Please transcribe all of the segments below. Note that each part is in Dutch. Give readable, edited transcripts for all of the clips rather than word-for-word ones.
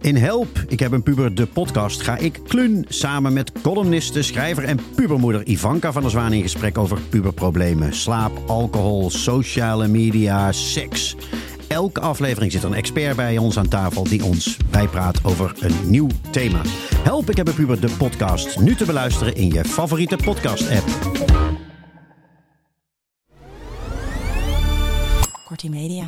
In Help, ik heb een puber, de podcast, ga ik Kluun samen met columniste, schrijver en pubermoeder Ivanka van der Zwaan in gesprek over puberproblemen. Slaap, alcohol, sociale media, seks. Elke aflevering zit er een expert bij ons aan tafel die ons bijpraat over een nieuw thema. Help, ik heb een puber, de podcast. Nu te beluisteren in je favoriete podcast-app. Kortie Media.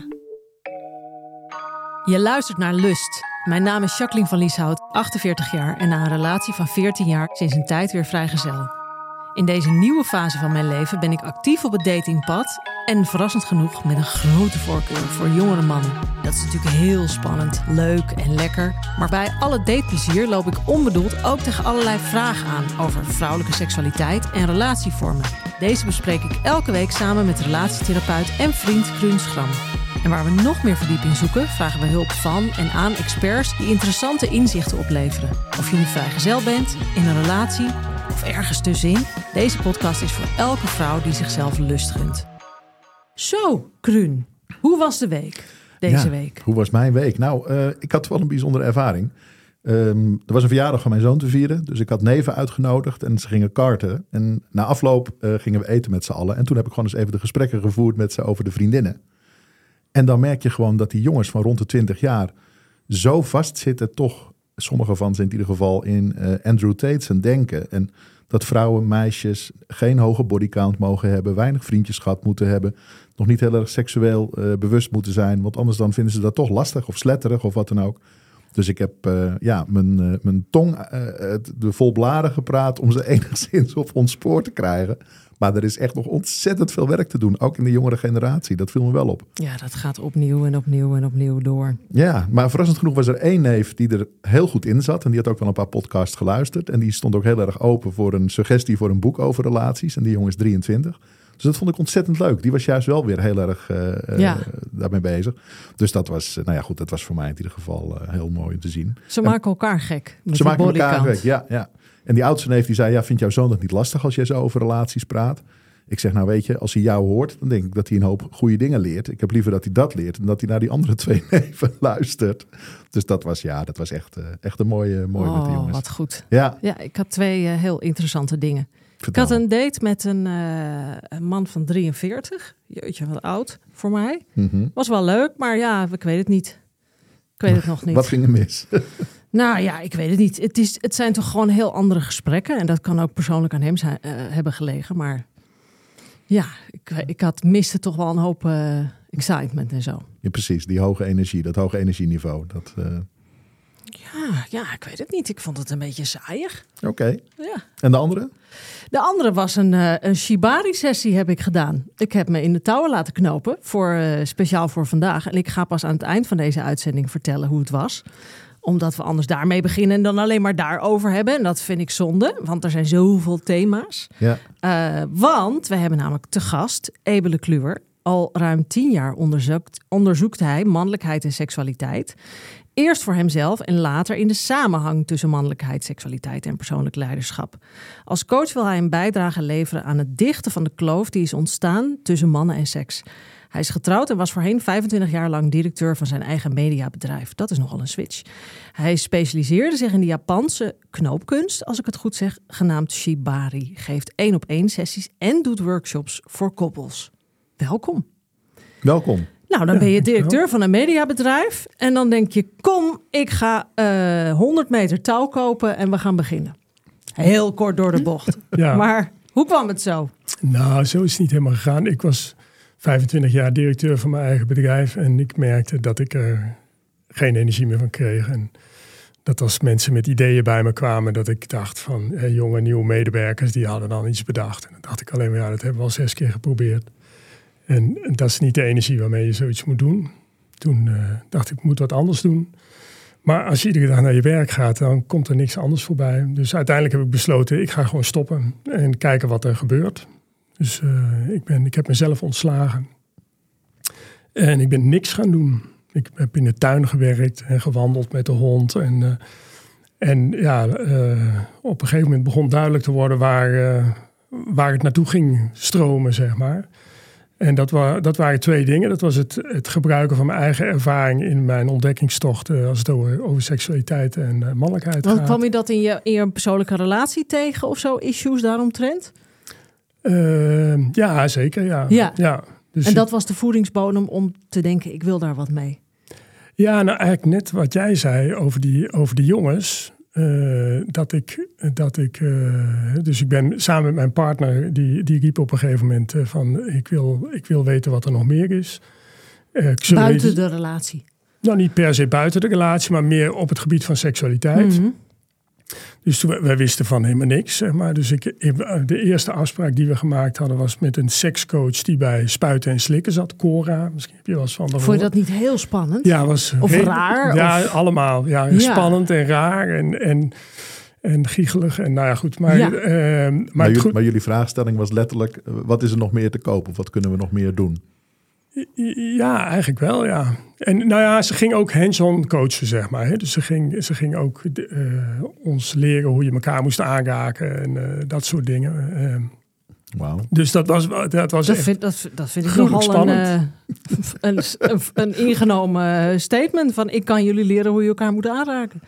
Je luistert naar Lust. Mijn naam is Jacqueline van Lieshout, 48 jaar en na een relatie van 14 jaar sinds een tijd weer vrijgezel. In deze nieuwe fase van mijn leven ben ik actief op het datingpad en verrassend genoeg met een grote voorkeur voor jongere mannen. Dat is natuurlijk heel spannend, leuk en lekker. Maar bij alle dateplezier loop ik onbedoeld ook tegen allerlei vragen aan over vrouwelijke seksualiteit en relatievormen. Deze bespreek ik elke week samen met relatietherapeut en vriend Kluun Schram. En waar we nog meer verdieping zoeken, vragen we hulp van en aan experts die interessante inzichten opleveren. Of je nu vrijgezel bent, in een relatie of ergens tussenin. Deze podcast is voor elke vrouw die zichzelf lust gunt. Zo, Kluun, hoe was de week deze week? Hoe was mijn week? Nou, ik had wel een bijzondere ervaring. Er was een verjaardag van mijn zoon te vieren. Dus ik had neven uitgenodigd en ze gingen karten. En na afloop gingen we eten met z'n allen. En toen heb ik gewoon eens even de gesprekken gevoerd met ze over de vriendinnen. En dan merk je gewoon dat die jongens van rond de 20 jaar zo vastzitten, toch sommige van ze in ieder geval, in Andrew Tate zijn denken. En dat vrouwen, meisjes geen hoge bodycount mogen hebben, weinig vriendjesschap moeten hebben, nog niet heel erg seksueel bewust moeten zijn. Want anders dan vinden ze dat toch lastig of sletterig of wat dan ook. Dus ik heb mijn tong de vol blaren gepraat om ze enigszins op ons spoor te krijgen. Maar er is echt nog ontzettend veel werk te doen. Ook in de jongere generatie. Dat viel me wel op. Ja, dat gaat opnieuw en opnieuw en opnieuw door. Ja, maar verrassend genoeg was er één neef die er heel goed in zat. En die had ook wel een paar podcasts geluisterd. En die stond ook heel erg open voor een suggestie voor een boek over relaties. En die jongen is 23. Dus dat vond ik ontzettend leuk. Die was juist wel weer heel erg daarmee bezig. Dus dat was, dat was voor mij in ieder geval heel mooi om te zien. Ze maken elkaar gek. Ze maken elkaar gek, ja. En die oudste neef die zei, vindt jouw zoon dat niet lastig als jij zo over relaties praat? Ik zeg, nou weet je, als hij jou hoort, dan denk ik dat hij een hoop goede dingen leert. Ik heb liever dat hij dat leert dan dat hij naar die andere twee neven luistert. Dus dat was echt een mooie met de jongens. Wat goed. Ja, ik had twee heel interessante dingen. Vertel. Ik had een date met een man van 43. Jeetje, wat oud voor mij. Mm-hmm. Was wel leuk, maar ja, ik weet het niet. Ik weet het nog niet. Wat ging er mis? Nou ja, ik weet het niet. Het zijn toch gewoon heel andere gesprekken. En dat kan ook persoonlijk aan hem hebben gelegen. Maar ja, ik miste toch wel een hoop excitement en zo. Ja, precies. Die hoge energie, dat hoge energieniveau. Dat, Ja, ik weet het niet. Ik vond het een beetje saaiig. Oké. Ja. En de andere? De andere was een shibari-sessie heb ik gedaan. Ik heb me in de touwen laten knopen, speciaal voor vandaag. En ik ga pas aan het eind van deze uitzending vertellen hoe het was. Omdat we anders daarmee beginnen en dan alleen maar daarover hebben. En dat vind ik zonde, want er zijn zoveel thema's. Ja. Want we hebben namelijk te gast Ebele Kluwer. Al ruim 10 jaar onderzoekt hij mannelijkheid en seksualiteit. Eerst voor hemzelf en later in de samenhang tussen mannelijkheid, seksualiteit en persoonlijk leiderschap. Als coach wil hij een bijdrage leveren aan het dichten van de kloof die is ontstaan tussen mannen en seks. Hij is getrouwd en was voorheen 25 jaar lang directeur van zijn eigen mediabedrijf. Dat is nogal een switch. Hij specialiseerde zich in de Japanse knoopkunst, als ik het goed zeg, genaamd shibari. Geeft 1-op-1 sessies en doet workshops voor koppels. Welkom. Welkom. Nou, dan ben je directeur van een mediabedrijf. En dan denk je, kom, ik ga 100 meter touw kopen en we gaan beginnen. Heel kort door de bocht. Ja. Maar hoe kwam het zo? Nou, zo is het niet helemaal gegaan. Ik was 25 jaar directeur van mijn eigen bedrijf. En ik merkte dat ik er geen energie meer van kreeg. En dat als mensen met ideeën bij me kwamen, dat ik dacht van jonge nieuwe medewerkers, die hadden dan iets bedacht. En dan dacht ik alleen maar, dat hebben we al 6 keer geprobeerd. En dat is niet de energie waarmee je zoiets moet doen. Toen dacht ik moet wat anders doen. Maar als je iedere dag naar je werk gaat, dan komt er niks anders voorbij. Dus uiteindelijk heb ik besloten, ik ga gewoon stoppen en kijken wat er gebeurt. Dus ik heb mezelf ontslagen. En ik ben niks gaan doen. Ik heb in de tuin gewerkt en gewandeld met de hond. Op een gegeven moment begon duidelijk te worden waar het naartoe ging stromen, zeg maar. En dat waren 2 dingen. Dat was het gebruiken van mijn eigen ervaring in mijn ontdekkingstocht als het over seksualiteit en mannelijkheid gaat. Kwam je dat in je persoonlijke relatie tegen of zo, issues daaromtrent? Ja, zeker. Ja. Dus en dat was de voedingsbodem om te denken, ik wil daar wat mee. Ja, nou eigenlijk net wat jij zei over die jongens. Dus ik ben samen met mijn partner, die riep op een gegeven moment van ik wil weten wat er nog meer is. Buiten de relatie? Nou, niet per se buiten de relatie, maar meer op het gebied van seksualiteit. Mm-hmm. Dus wij wisten van helemaal niks, zeg maar. Dus de eerste afspraak die we gemaakt hadden was met een sekscoach die bij Spuiten en Slikken zat. Cora, misschien heb je wel eens van. Vond je dat niet heel spannend? Ja, was raar? Ja, allemaal. Ja, spannend en raar en giechelig. En nou ja, goed. Maar jullie vraagstelling was letterlijk, wat is er nog meer te kopen? Of wat kunnen we nog meer doen? Ja, eigenlijk wel, ja. En nou ja, ze ging ook hands-on coachen, zeg maar. Hè. Dus ze ging ook ons leren hoe je elkaar moest aanraken en dat soort dingen. Wauw. Dus dat was echt dat vind ik nogal een ingenomen statement van ik kan jullie leren hoe je elkaar moet aanraken.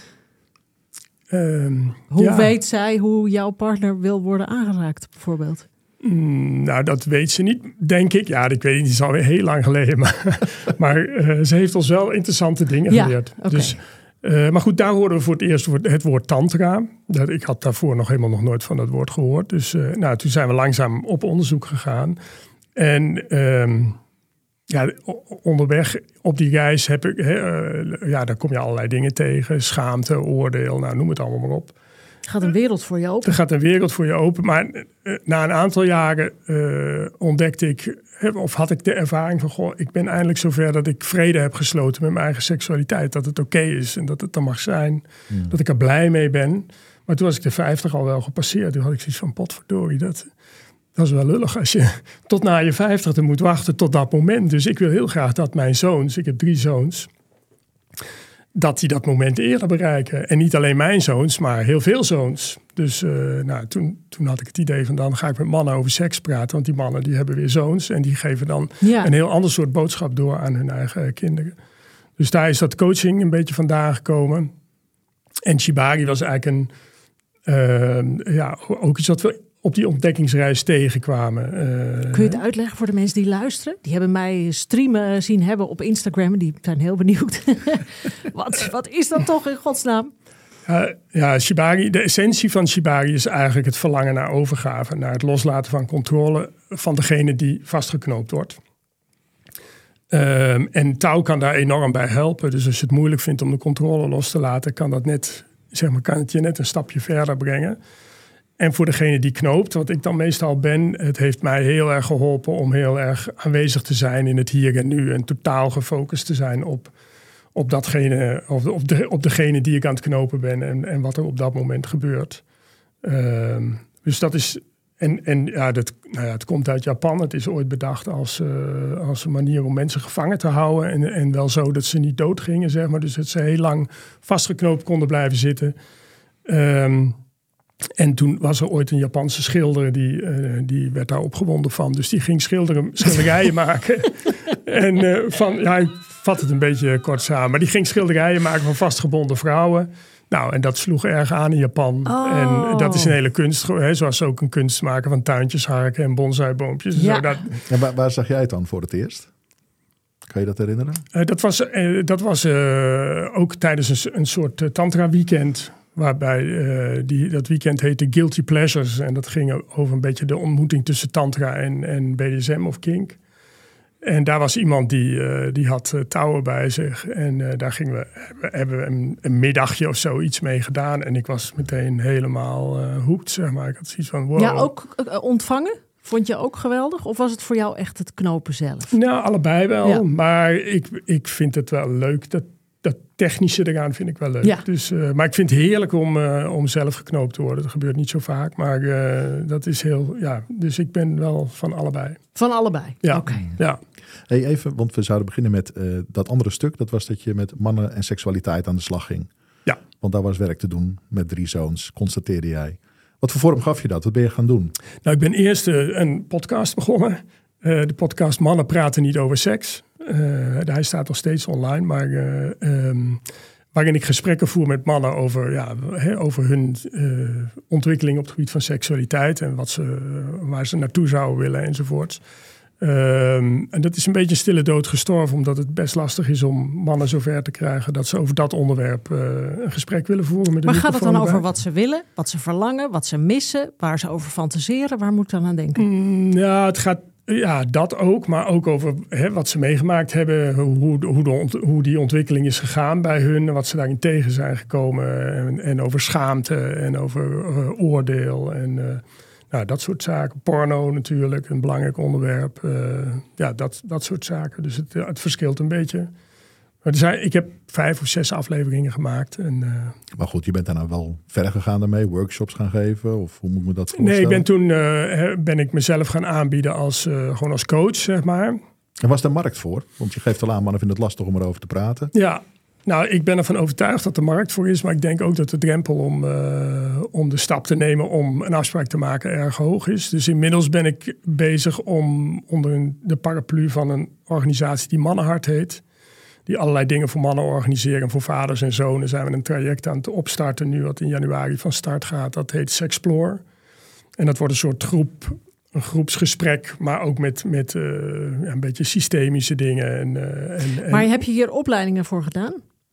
Hoe weet zij hoe jouw partner wil worden aangeraakt, bijvoorbeeld? Nou, dat weet ze niet, denk ik. Ja, ik weet niet, het is alweer heel lang geleden. Maar ze heeft ons wel interessante dingen geleerd. Okay. Dus, maar goed, daar hoorden we voor het eerst het woord tantra. Ik had daarvoor nog nooit van dat woord gehoord. Dus toen zijn we langzaam op onderzoek gegaan. En onderweg op die reis daar kom je allerlei dingen tegen. Schaamte, oordeel, noem het allemaal maar op. Er gaat een wereld voor je open. Er gaat een wereld voor je open. Maar na een aantal jaren ontdekte ik, of had ik de ervaring van, ik ben eindelijk zover dat ik vrede heb gesloten met mijn eigen seksualiteit. Dat het oké is en dat het er mag zijn. Mm. Dat ik er blij mee ben. Maar toen was ik de 50 al wel gepasseerd. Toen had ik zoiets van, potverdorie, dat is wel lullig als je tot na je 50 moet wachten tot dat moment. Dus ik wil heel graag dat mijn zoons, ik heb 3 zoons, dat die dat moment eerder bereiken. En niet alleen mijn zoons, maar heel veel zoons. Dus toen had ik het idee van, dan ga ik met mannen over seks praten. Want die mannen die hebben weer zoons. En die geven dan een heel ander soort boodschap door aan hun eigen kinderen. Dus daar is dat coaching een beetje vandaan gekomen. En Shibari was eigenlijk ook iets wat we op die ontdekkingsreis tegenkwamen. Kun je het uitleggen voor de mensen die luisteren? Die hebben mij streamen zien hebben op Instagram en die zijn heel benieuwd. Wat is dat toch in godsnaam? Shibari, de essentie van Shibari is eigenlijk het verlangen naar overgave. Naar het loslaten van controle van degene die vastgeknoopt wordt. En touw kan daar enorm bij helpen. Dus als je het moeilijk vindt om de controle los te laten, kan het je net een stapje verder brengen. En voor degene die knoopt, wat ik dan meestal ben, het heeft mij heel erg geholpen om heel erg aanwezig te zijn in het hier en nu. En totaal gefocust te zijn op datgene, op degene die ik aan het knopen ben en wat er op dat moment gebeurt. Dus dat is. Het komt uit Japan. Het is ooit bedacht als een manier om mensen gevangen te houden. En wel zo dat ze niet doodgingen, zeg maar. Dus dat ze heel lang vastgeknoopt konden blijven zitten. En toen was er ooit een Japanse schilder, die werd daar opgewonden van. Dus die ging schilderijen maken. Ik vat het een beetje kort samen. Maar die ging schilderijen maken van vastgebonden vrouwen. Nou, en dat sloeg erg aan in Japan. Oh. En dat is een hele kunst. Zoals ze ook een kunst maken van tuintjes harken en bonsaiboompjes. Ja. En waar zag jij het dan voor het eerst? Kan je dat herinneren? Dat was ook tijdens een soort tantra weekend. Waarbij dat weekend heette Guilty Pleasures. En dat ging over een beetje de ontmoeting tussen tantra en BDSM of kink. En daar was iemand die had touwen bij zich. En daar hebben we een middagje of zo iets mee gedaan. En ik was meteen helemaal hooked, zeg maar. Ik had zoiets van, wow. Ja, ook ontvangen? Vond je ook geweldig? Of was het voor jou echt het knopen zelf? Nou, allebei wel. Ja. Maar ik vind het wel leuk. Dat technische eraan vind ik wel leuk. Ja. Dus, maar ik vind het heerlijk om zelf geknoopt te worden. Dat gebeurt niet zo vaak. Maar dat is heel... Ja, dus ik ben wel van allebei. Van allebei? Ja. Oké. Ja. Hey, even, want we zouden beginnen met dat andere stuk. Dat was dat je met mannen en seksualiteit aan de slag ging. Ja. Want daar was werk te doen met 3 zoons, constateerde jij. Wat voor vorm gaf je dat? Wat ben je gaan doen? Nou, ik ben eerst een podcast begonnen. De podcast Mannen praten niet over seks. Hij staat nog steeds online, maar waarin ik gesprekken voer met mannen over hun ontwikkeling op het gebied van seksualiteit en waar ze naartoe zouden willen enzovoorts. En dat is een beetje stille dood gestorven, omdat het best lastig is om mannen zover te krijgen dat ze over dat onderwerp een gesprek willen voeren. Met maar gaat het dan over wat ze willen, wat ze verlangen, wat ze missen, waar ze over fantaseren? Waar moet ik dan aan denken? Het gaat dat ook, maar ook over wat ze meegemaakt hebben, hoe die ontwikkeling is gegaan bij hun, wat ze daarin tegen zijn gekomen en over schaamte en over oordeel en dat soort zaken. Porno natuurlijk, een belangrijk onderwerp. Dat soort zaken. Dus het verschilt een beetje. Maar ik heb 5 of 6 afleveringen gemaakt. Maar goed, je bent daarna wel verder gegaan daarmee? Workshops gaan geven? Of hoe moet ik me dat voorstellen? Nee, toen ben ik mezelf gaan aanbieden gewoon als coach, zeg maar. En was er markt voor? Want je geeft al aan, mannen vinden het lastig om erover te praten. Ja, nou, ik ben ervan overtuigd dat er markt voor is. Maar ik denk ook dat de drempel om de stap te nemen om een afspraak te maken erg hoog is. Dus inmiddels ben ik bezig om onder de paraplu van een organisatie die Mannenhart heet, die allerlei dingen voor mannen organiseren. Voor vaders en zonen zijn we een traject aan het opstarten nu, wat in januari van start gaat. Dat heet Sexplore. En dat wordt een soort een groepsgesprek, maar ook met een beetje systemische dingen. Maar heb je hier opleidingen voor gedaan?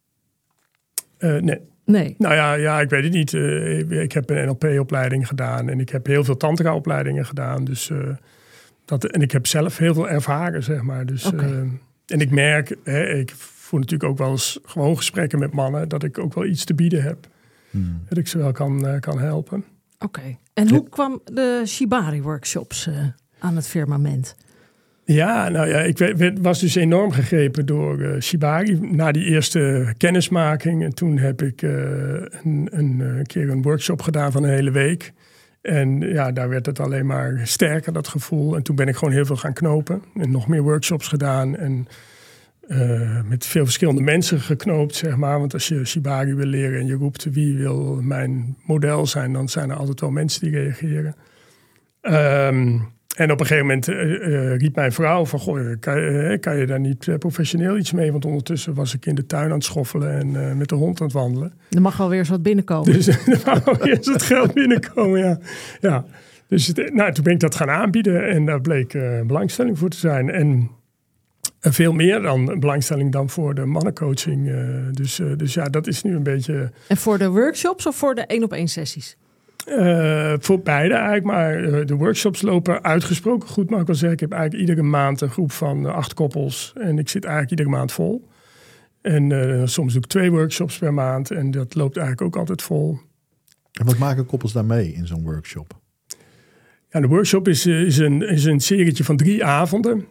Nee. Nou ja, ik weet het niet. Ik heb een NLP-opleiding gedaan en ik heb heel veel tantra-opleidingen gedaan. Dus, en ik heb zelf heel veel ervaren, zeg maar. Dus, en ik merk, ik voer natuurlijk ook wel eens gewoon gesprekken met mannen, dat ik ook wel iets te bieden heb. Dat ik ze wel kan helpen. Oké. En hoe kwam de Shibari-workshops aan het firmament? Ja, nou ja, ik was dus enorm gegrepen door Shibari na die eerste kennismaking. En toen heb ik een keer een workshop gedaan van een hele week. En ja, daar werd het alleen maar sterker, dat gevoel. En toen ben ik gewoon heel veel gaan knopen. En nog meer workshops gedaan. En met veel verschillende mensen geknoopt, zeg maar. Want als je Shibari wil leren en je roept wie wil mijn model zijn, dan zijn er altijd wel mensen die reageren. En op een gegeven moment riep mijn vrouw van, goh, kan je daar niet professioneel iets mee? Want ondertussen was ik in de tuin aan het schoffelen en met de hond aan het wandelen. Er mag wel weer eens wat binnenkomen. Dus er mag wel weer eens het geld binnenkomen, ja. Dus toen ben ik dat gaan aanbieden en daar bleek belangstelling voor te zijn. En veel meer dan belangstelling dan voor de mannencoaching. Dus ja, dat is nu een beetje. En voor de workshops of voor de 1-op-1 sessies? Voor beide eigenlijk, maar de workshops lopen uitgesproken goed. Maar ik wil zeggen, ik heb eigenlijk iedere maand een groep van 8 koppels. En ik zit eigenlijk iedere maand vol. En soms doe ik 2 workshops per maand. En dat loopt eigenlijk ook altijd vol. En wat maken koppels daarmee in zo'n workshop? Ja, de workshop is een serietje van 3 avonden.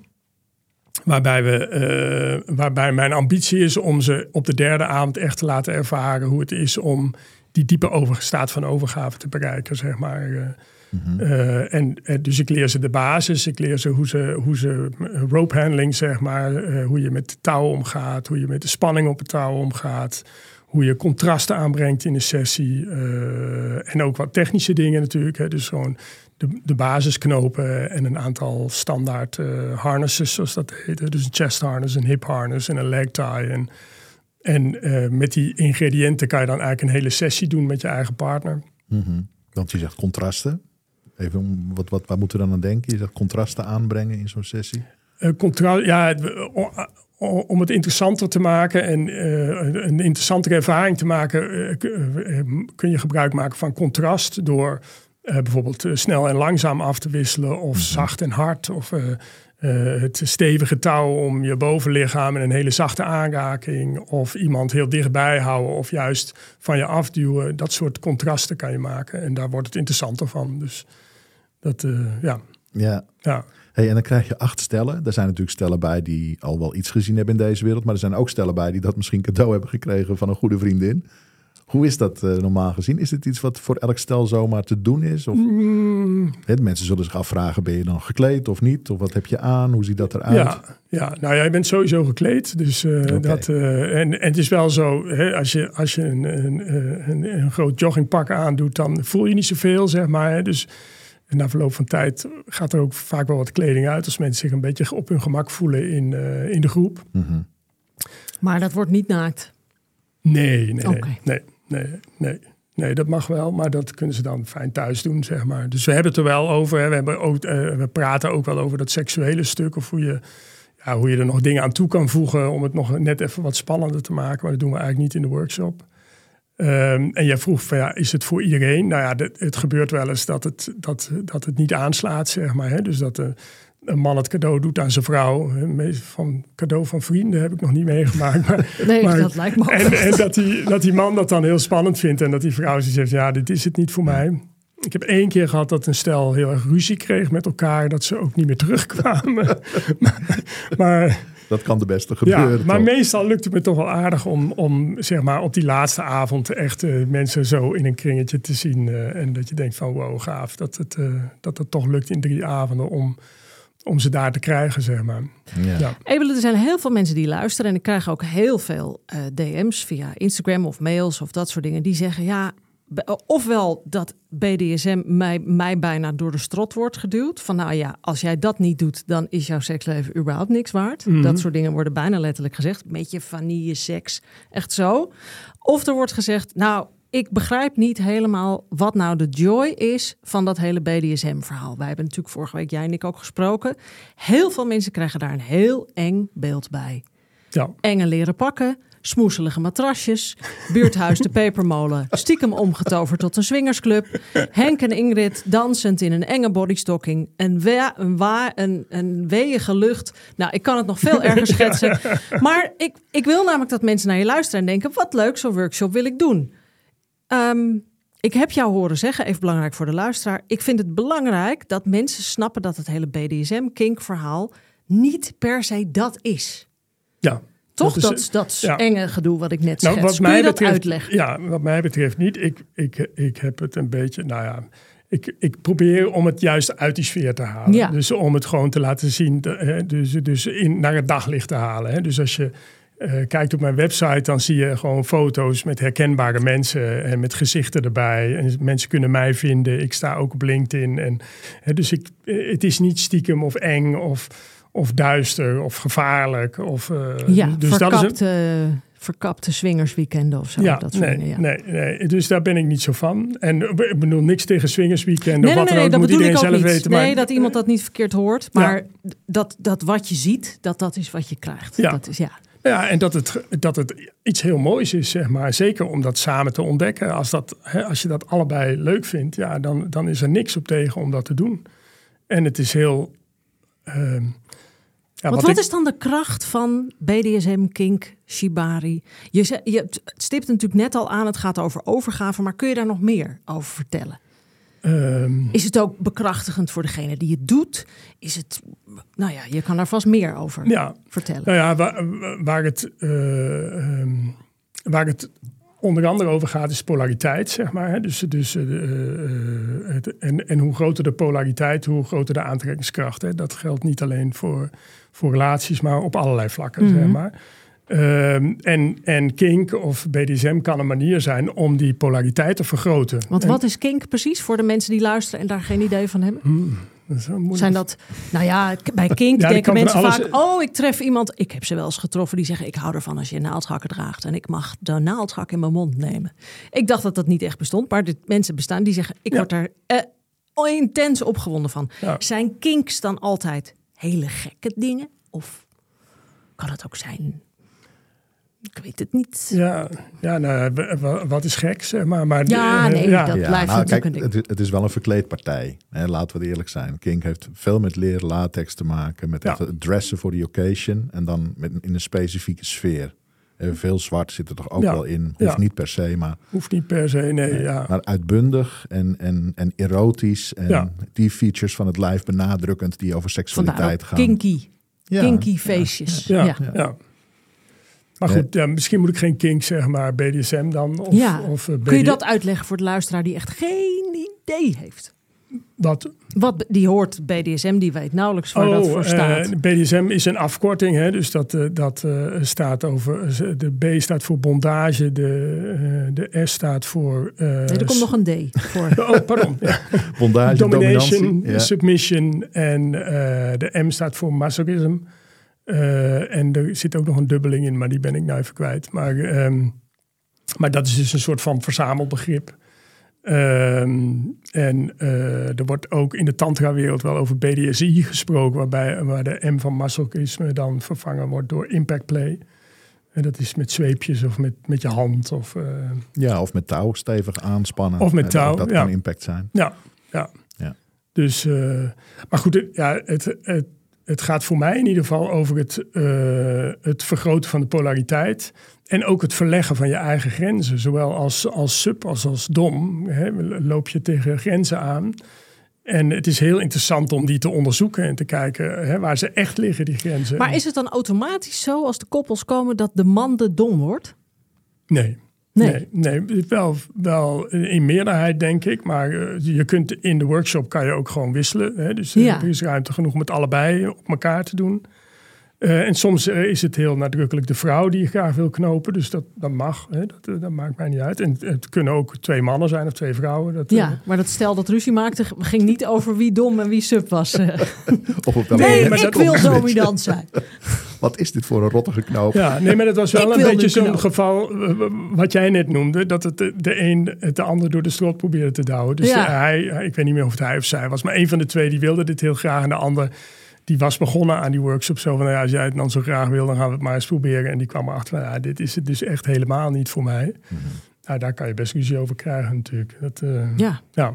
Waarbij mijn ambitie is om ze op de 3e avond echt te laten ervaren hoe het is om die diepe staat van overgave te bereiken, zeg maar. Dus ik leer ze de basis. Ik leer ze hoe ze rope handling, zeg maar. Hoe je met de touw omgaat. Hoe je met de spanning op het touw omgaat. Hoe je contrasten aanbrengt in een sessie. En ook wat technische dingen natuurlijk. Hè. Dus gewoon de basisknopen en een aantal standaard harnesses, zoals dat heet. Dus een chest harness, een hip harness en een leg tie. En met die ingrediënten kan je dan eigenlijk een hele sessie doen met je eigen partner. Want je zegt contrasten. Even, waar moeten we dan aan denken? Je zegt contrasten aanbrengen in zo'n sessie? Om het interessanter te maken en een interessantere ervaring te maken, kun je gebruik maken van contrast door bijvoorbeeld snel en langzaam af te wisselen of zacht en hard of het stevige touw om je bovenlichaam en een hele zachte aanraking of iemand heel dichtbij houden of juist van je afduwen. Dat soort contrasten kan je maken en daar wordt het interessanter van. Dus dat, Ja. Hey, en dan krijg je 8 stellen. Er zijn natuurlijk stellen bij die al wel iets gezien hebben in deze wereld, maar er zijn ook stellen bij die dat misschien cadeau hebben gekregen van een goede vriendin. Hoe is dat normaal gezien? Is dit iets wat voor elk stel zomaar te doen is? Of, mensen zullen zich afvragen, ben je dan gekleed of niet? Of wat heb je aan? Hoe ziet dat eruit? Ja, nou ja, je bent sowieso gekleed. Dus en het is wel zo, hè, als je een groot joggingpak aandoet, dan voel je niet zoveel, zeg maar. Hè, dus En na verloop van tijd gaat er ook vaak wel wat kleding uit... als mensen zich een beetje op hun gemak voelen in de groep. Mm-hmm. Maar dat wordt niet naakt? Nee, Okay. Nee, dat mag wel, maar dat kunnen ze dan fijn thuis doen, zeg maar. Dus we hebben het er wel over. Hè. We praten ook wel over dat seksuele stuk... of hoe je er nog dingen aan toe kan voegen... om het nog net even wat spannender te maken. Maar dat doen we eigenlijk niet in de workshop. En jij vroeg, is het voor iedereen? Nou ja, het gebeurt wel eens dat het niet aanslaat, zeg maar. Hè? Dus dat een man het cadeau doet aan zijn vrouw. Van cadeau van vrienden heb ik nog niet meegemaakt. Maar dat lijkt me ook. En dat die man dat dan heel spannend vindt. En dat die vrouw zegt, ja, dit is het niet voor mij. Ik heb 1 keer gehad dat een stel heel erg ruzie kreeg met elkaar. Dat ze ook niet meer terugkwamen. maar dat kan de beste gebeuren. Ja, maar toch? meestal lukt het me toch wel aardig om zeg maar op die laatste avond echt mensen zo in een kringetje te zien. En dat je denkt van wow, gaaf. Dat het toch lukt in 3 avonden om ze daar te krijgen, zeg maar. Ja. Ebele, er zijn heel veel mensen die luisteren. En ik krijg ook heel veel DM's via Instagram of mails of dat soort dingen. Die zeggen, ja, ofwel dat BDSM mij bijna door de strot wordt geduwd. Van nou ja, als jij dat niet doet, dan is jouw seksleven überhaupt niks waard. Mm-hmm. Dat soort dingen worden bijna letterlijk gezegd. Beetje vanille seks, echt zo. Of er wordt gezegd, nou, ik begrijp niet helemaal wat nou de joy is van dat hele BDSM-verhaal. Wij hebben natuurlijk vorige week, jij en ik ook gesproken. Heel veel mensen krijgen daar een heel eng beeld bij. Ja. Enge leren pakken, smoeselige matrasjes, buurthuis de Pepermolen, stiekem omgetoverd tot een swingersclub, Henk en Ingrid dansend in een enge bodystocking, een weeige lucht. Nou, ik kan het nog veel erger schetsen. Maar ik wil namelijk dat mensen naar je luisteren en denken, wat leuk, zo'n workshop wil ik doen. Ik heb jou horen zeggen, even belangrijk voor de luisteraar, ik vind het belangrijk dat mensen snappen dat het hele BDSM-kink-verhaal niet per se dat is. Ja. Toch? Dat enge gedoe wat ik net schets. Kun je dat uitleggen? Ja, wat mij betreft niet. Ik heb het een beetje, ik probeer om het juist uit die sfeer te halen. Ja. Dus om het gewoon te laten zien, naar het daglicht te halen. Hè. Dus als je kijkt op mijn website, dan zie je gewoon foto's met herkenbare mensen en met gezichten erbij. En mensen kunnen mij vinden. Ik sta ook op LinkedIn. Dus het is niet stiekem of eng of duister of gevaarlijk. Dus verkapte swingersweekenden of zo. Ja, dat soort dingen, nee. Dus daar ben ik niet zo van. En ik bedoel niks tegen swingersweekenden. Nee, dat moet iedereen zelf niet weten. Nee, dat iemand dat niet verkeerd hoort. Maar dat wat je ziet, dat is wat je krijgt. Ja. Dat is, Ja, en dat het iets heel moois is, zeg maar. Zeker om dat samen te ontdekken. Als je dat allebei leuk vindt, ja, dan is er niks op tegen om dat te doen. En het is heel... wat is dan de kracht van BDSM, kink, shibari? Je stipt natuurlijk net al aan, het gaat over overgave. Maar kun je daar nog meer over vertellen? Is het ook bekrachtigend voor degene die het doet? Is het, je kan daar vast meer over vertellen. Nou ja, waar het onder andere over gaat is polariteit, zeg maar. Hè? En hoe groter de polariteit, hoe groter de aantrekkingskracht. Hè? Dat geldt niet alleen voor relaties, maar op allerlei vlakken, zeg maar. En kink of BDSM kan een manier zijn om die polariteit te vergroten. Want wat is kink precies voor de mensen die luisteren en daar geen idee van hebben? Zijn dat, bij kink denken mensen vaak, ik tref iemand, ik heb ze wel eens getroffen die zeggen, ik hou ervan als je naaldhakken draagt en ik mag de naaldhak in mijn mond nemen. Ik dacht dat dat niet echt bestond, maar mensen bestaan die zeggen, ik word daar intens opgewonden van. Ja. Zijn kinks dan altijd hele gekke dingen? Of kan het ook zijn... Ik weet het niet. Wat is gek, zeg maar. Dat blijft natuurlijk kijk, het is wel een verkleedpartij. Hè? Laten we eerlijk zijn. Kink heeft veel met leren latex te maken. Met het dressen voor the occasion. En dan in een specifieke sfeer. Veel zwart zit er toch ook wel in. Hoeft niet per se, maar... Hoeft niet per se, nee. Maar uitbundig en erotisch. En die features van het lijf benadrukkend die over seksualiteit gaan. Kinky feestjes. Ja. Maar goed, misschien moet ik geen kink zeggen, maar BDSM dan. Kun je dat uitleggen voor de luisteraar die echt geen idee heeft? Die hoort BDSM, die weet nauwelijks waar dat voor staat. BDSM is een afkorting, hè? Dus dat staat over... De B staat voor bondage, de S staat voor... nee, er komt nog een D voor. Pardon. Ja. Bondage, Domination, dominantie, submission en de M staat voor masochism. En er zit ook nog een dubbeling in, maar die ben ik nou even kwijt. Maar dat is dus een soort van verzamelbegrip. Er wordt ook in de tantra-wereld wel over BDSI gesproken, waar de M van masochisme dan vervangen wordt door impact play. En dat is met zweepjes of met je hand. Of met touw stevig aanspannen. Of met touw, dat kan impact zijn. Ja. Dus, maar goed, het gaat voor mij in ieder geval over het vergroten van de polariteit. En ook het verleggen van je eigen grenzen. Zowel als sub als dom. Hè, loop je tegen grenzen aan. En het is heel interessant om die te onderzoeken en te kijken waar ze echt liggen, die grenzen. Maar is het dan automatisch zo als de koppels komen dat de man de dom wordt? Nee. Wel in meerderheid denk ik. Maar je kunt in de workshop kan je ook gewoon wisselen. Hè? Dus er is ruimte genoeg om het allebei op elkaar te doen. En soms is het heel nadrukkelijk de vrouw die graag wil knopen. Dus dat mag. Hè? Dat maakt mij niet uit. En het kunnen ook 2 mannen zijn of 2 vrouwen. Maar dat stel dat ruzie maakte ging niet over wie dom en wie sub was. Nee, maar ik wil dominant zijn. Wat is dit voor een rottige knoop? Ja, nee, maar dat was wel een beetje zo'n geval wat jij net noemde. Dat het de een het de ander door de strot probeerde te douwen. Dus ik weet niet meer of het hij of zij was. Maar een van de 2 die wilde dit heel graag. En de ander die was begonnen aan die workshop. Zo van, als jij het dan zo graag wil, dan gaan we het maar eens proberen. En die kwam erachter van, dit is het dus echt helemaal niet voor mij. Mm-hmm. Nou, daar kan je best ruzie over krijgen natuurlijk. Ja.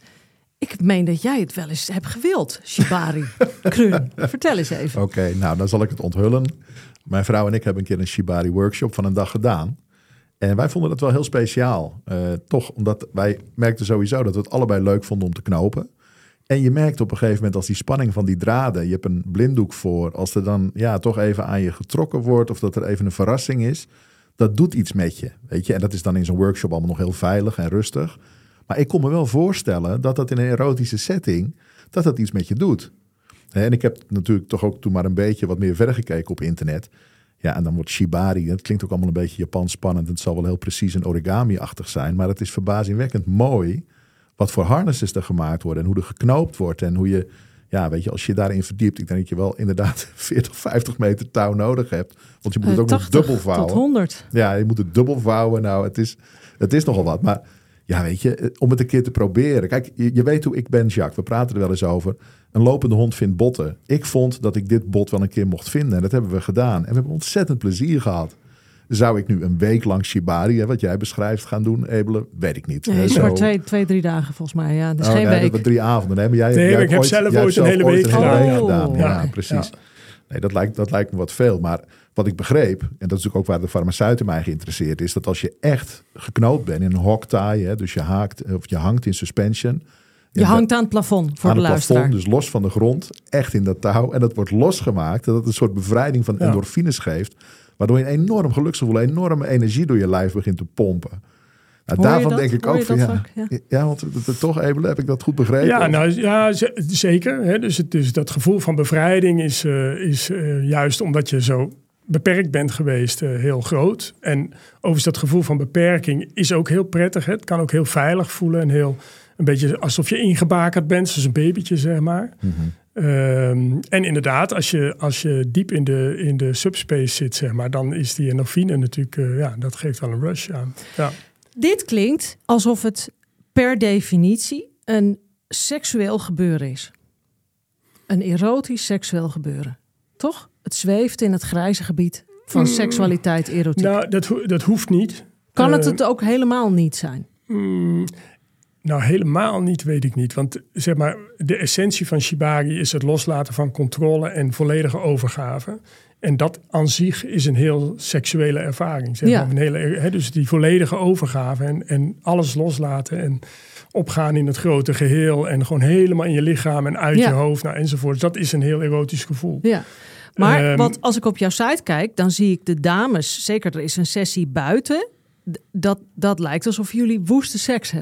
Ik meen dat jij het wel eens hebt gewild, Shibari. Krun, vertel eens even. Oké, nou dan zal ik het onthullen. Mijn vrouw en ik hebben een keer een Shibari workshop van een dag gedaan. En wij vonden dat wel heel speciaal. Toch, omdat wij merkten sowieso dat we het allebei leuk vonden om te knopen. En je merkt op een gegeven moment als die spanning van die draden, je hebt een blinddoek voor, als er dan toch even aan je getrokken wordt of dat er even een verrassing is, dat doet iets met je, weet je. En dat is dan in zo'n workshop allemaal nog heel veilig en rustig. Maar ik kon me wel voorstellen dat in een erotische setting, dat iets met je doet. En ik heb natuurlijk toch ook toen maar een beetje wat meer verder gekeken op internet. Ja, en dan wordt Shibari, dat klinkt ook allemaal een beetje Japans spannend. Het zal wel heel precies en origami-achtig zijn, maar het is verbazingwekkend mooi wat voor harnesses er gemaakt worden en hoe er geknoopt wordt en hoe je, weet je, als je daarin verdiept, ik denk dat je wel inderdaad 40, 50 meter touw nodig hebt. Want je moet het ook nog dubbel vouwen. Tot 100. Ja, je moet het dubbel vouwen. Nou, het is nogal wat. Maar ja, weet je, om het een keer te proberen. Kijk, je weet hoe ik ben, Jacques. We praten er wel eens over. Een lopende hond vindt botten. Ik vond dat ik dit bot wel een keer mocht vinden. En dat hebben we gedaan. En we hebben ontzettend plezier gehad. Zou ik nu een week lang Shibari, wat jij beschrijft, gaan doen, Ebele? Weet ik niet. Nee, het is maar 2-3 dagen volgens mij. Ja, dat is geen week. 3 avonden. Nee, maar ik heb zelf ooit een hele week gedaan. Ja, precies. Ja. Nee, dat lijkt me wat veel. Maar wat ik begreep, en dat is natuurlijk ook waar de farmaceut in mij geïnteresseerd is, dat als je echt geknoopt bent in een hog tie, dus je hangt in suspension. Je hangt aan het plafond voor de luisteraar. Plafond, dus los van de grond, echt in dat touw. En dat wordt losgemaakt, dat het een soort bevrijding van endorfines geeft. Waardoor je een enorm geluksgevoel, een enorme energie door je lijf begint te pompen. Nou, daarvan denk ik ook van want toch, Ebele, heb ik dat goed begrepen? Ja, zeker. Hè? Dus dat gevoel van bevrijding is juist omdat je zo beperkt bent geweest heel groot. En overigens dat gevoel van beperking is ook heel prettig. Hè? Het kan ook heel veilig voelen en een beetje alsof je ingebakerd bent, zoals een babytje, zeg maar. Mm-hmm. En inderdaad, als je diep in de subspace zit, zeg maar, dan is die endorfine natuurlijk, dat geeft wel een rush aan. Ja. Dit klinkt alsof het per definitie een seksueel gebeuren is. Een erotisch seksueel gebeuren. Toch? Het zweeft in het grijze gebied van seksualiteit, erotiek. Nou, dat hoeft niet. Kan het ook helemaal niet zijn? Nou, helemaal niet, weet ik niet. Want zeg maar, de essentie van Shibari is het loslaten van controle en volledige overgave. En dat aan zich is een heel seksuele ervaring. Zeg maar. Dus die volledige overgave en alles loslaten en opgaan in het grote geheel. En gewoon helemaal in je lichaam en uit je hoofd enzovoort. Dat is een heel erotisch gevoel. Ja. Maar als ik op jouw site kijk, dan zie ik de dames, zeker er is een sessie buiten. Dat lijkt alsof jullie woeste seks hebben.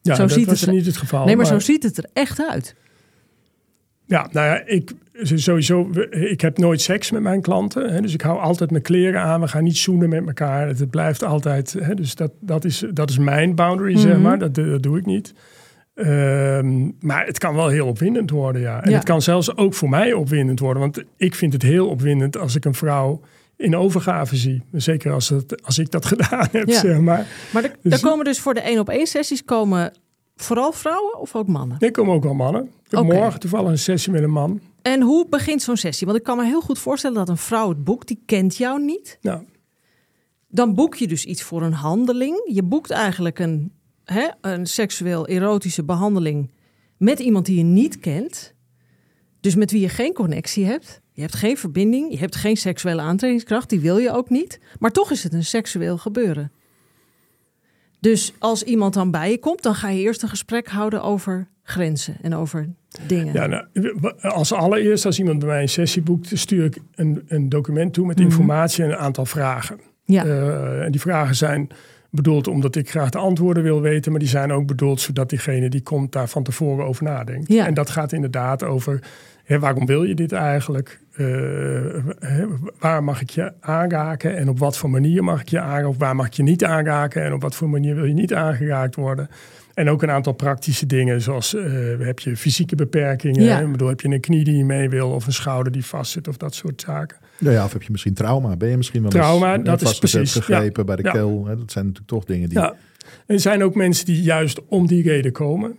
Ja, zo ziet was het niet het geval. Nee, maar zo ziet het er echt uit. Ja, nou ja, ik heb nooit seks met mijn klanten. Hè, dus ik hou altijd mijn kleren aan. We gaan niet zoenen met elkaar. Het blijft altijd... Hè, dus dat is mijn boundary, zeg maar. Dat doe ik niet. Maar het kan wel heel opwindend worden, ja. En het kan zelfs ook voor mij opwindend worden. Want ik vind het heel opwindend als ik een vrouw in overgave zie. Zeker als ik dat gedaan heb, zeg maar. Maar er komen dus voor de 1-op-1 sessies komen vooral vrouwen of ook mannen? Er komen ook wel mannen. Ik heb morgen toevallig een sessie met een man. En hoe begint zo'n sessie? Want ik kan me heel goed voorstellen dat een vrouw het boekt. Die kent jou niet. Ja. Dan boek je dus iets voor een handeling. Je boekt eigenlijk een seksueel erotische behandeling met iemand die je niet kent. Dus met wie je geen connectie hebt. Je hebt geen verbinding. Je hebt geen seksuele aantrekkingskracht. Die wil je ook niet. Maar toch is het een seksueel gebeuren. Dus als iemand dan bij je komt, dan ga je eerst een gesprek houden over grenzen en over dingen. Ja, nou, als allereerst, als iemand bij mij een sessie boekt, stuur ik een document toe met informatie en een aantal vragen. Ja. En die vragen zijn bedoeld omdat ik graag de antwoorden wil weten, maar die zijn ook bedoeld zodat diegene die komt daar van tevoren over nadenkt. Ja. En dat gaat inderdaad over, waarom wil je dit eigenlijk? Waar mag ik je aanraken en op wat voor manier mag ik je aanraken? Of waar mag ik je niet aanraken en op wat voor manier wil je niet aangeraakt worden? En ook een aantal praktische dingen, zoals heb je fysieke beperkingen? Ja. Ik bedoel, heb je een knie die je mee wil of een schouder die vastzit of dat soort zaken? Ja, of heb je misschien trauma? Ben je misschien wel trauma, dat is precies gegrepen bij de keel? Dat zijn natuurlijk toch dingen die... Ja. Er zijn ook mensen die juist om die reden komen.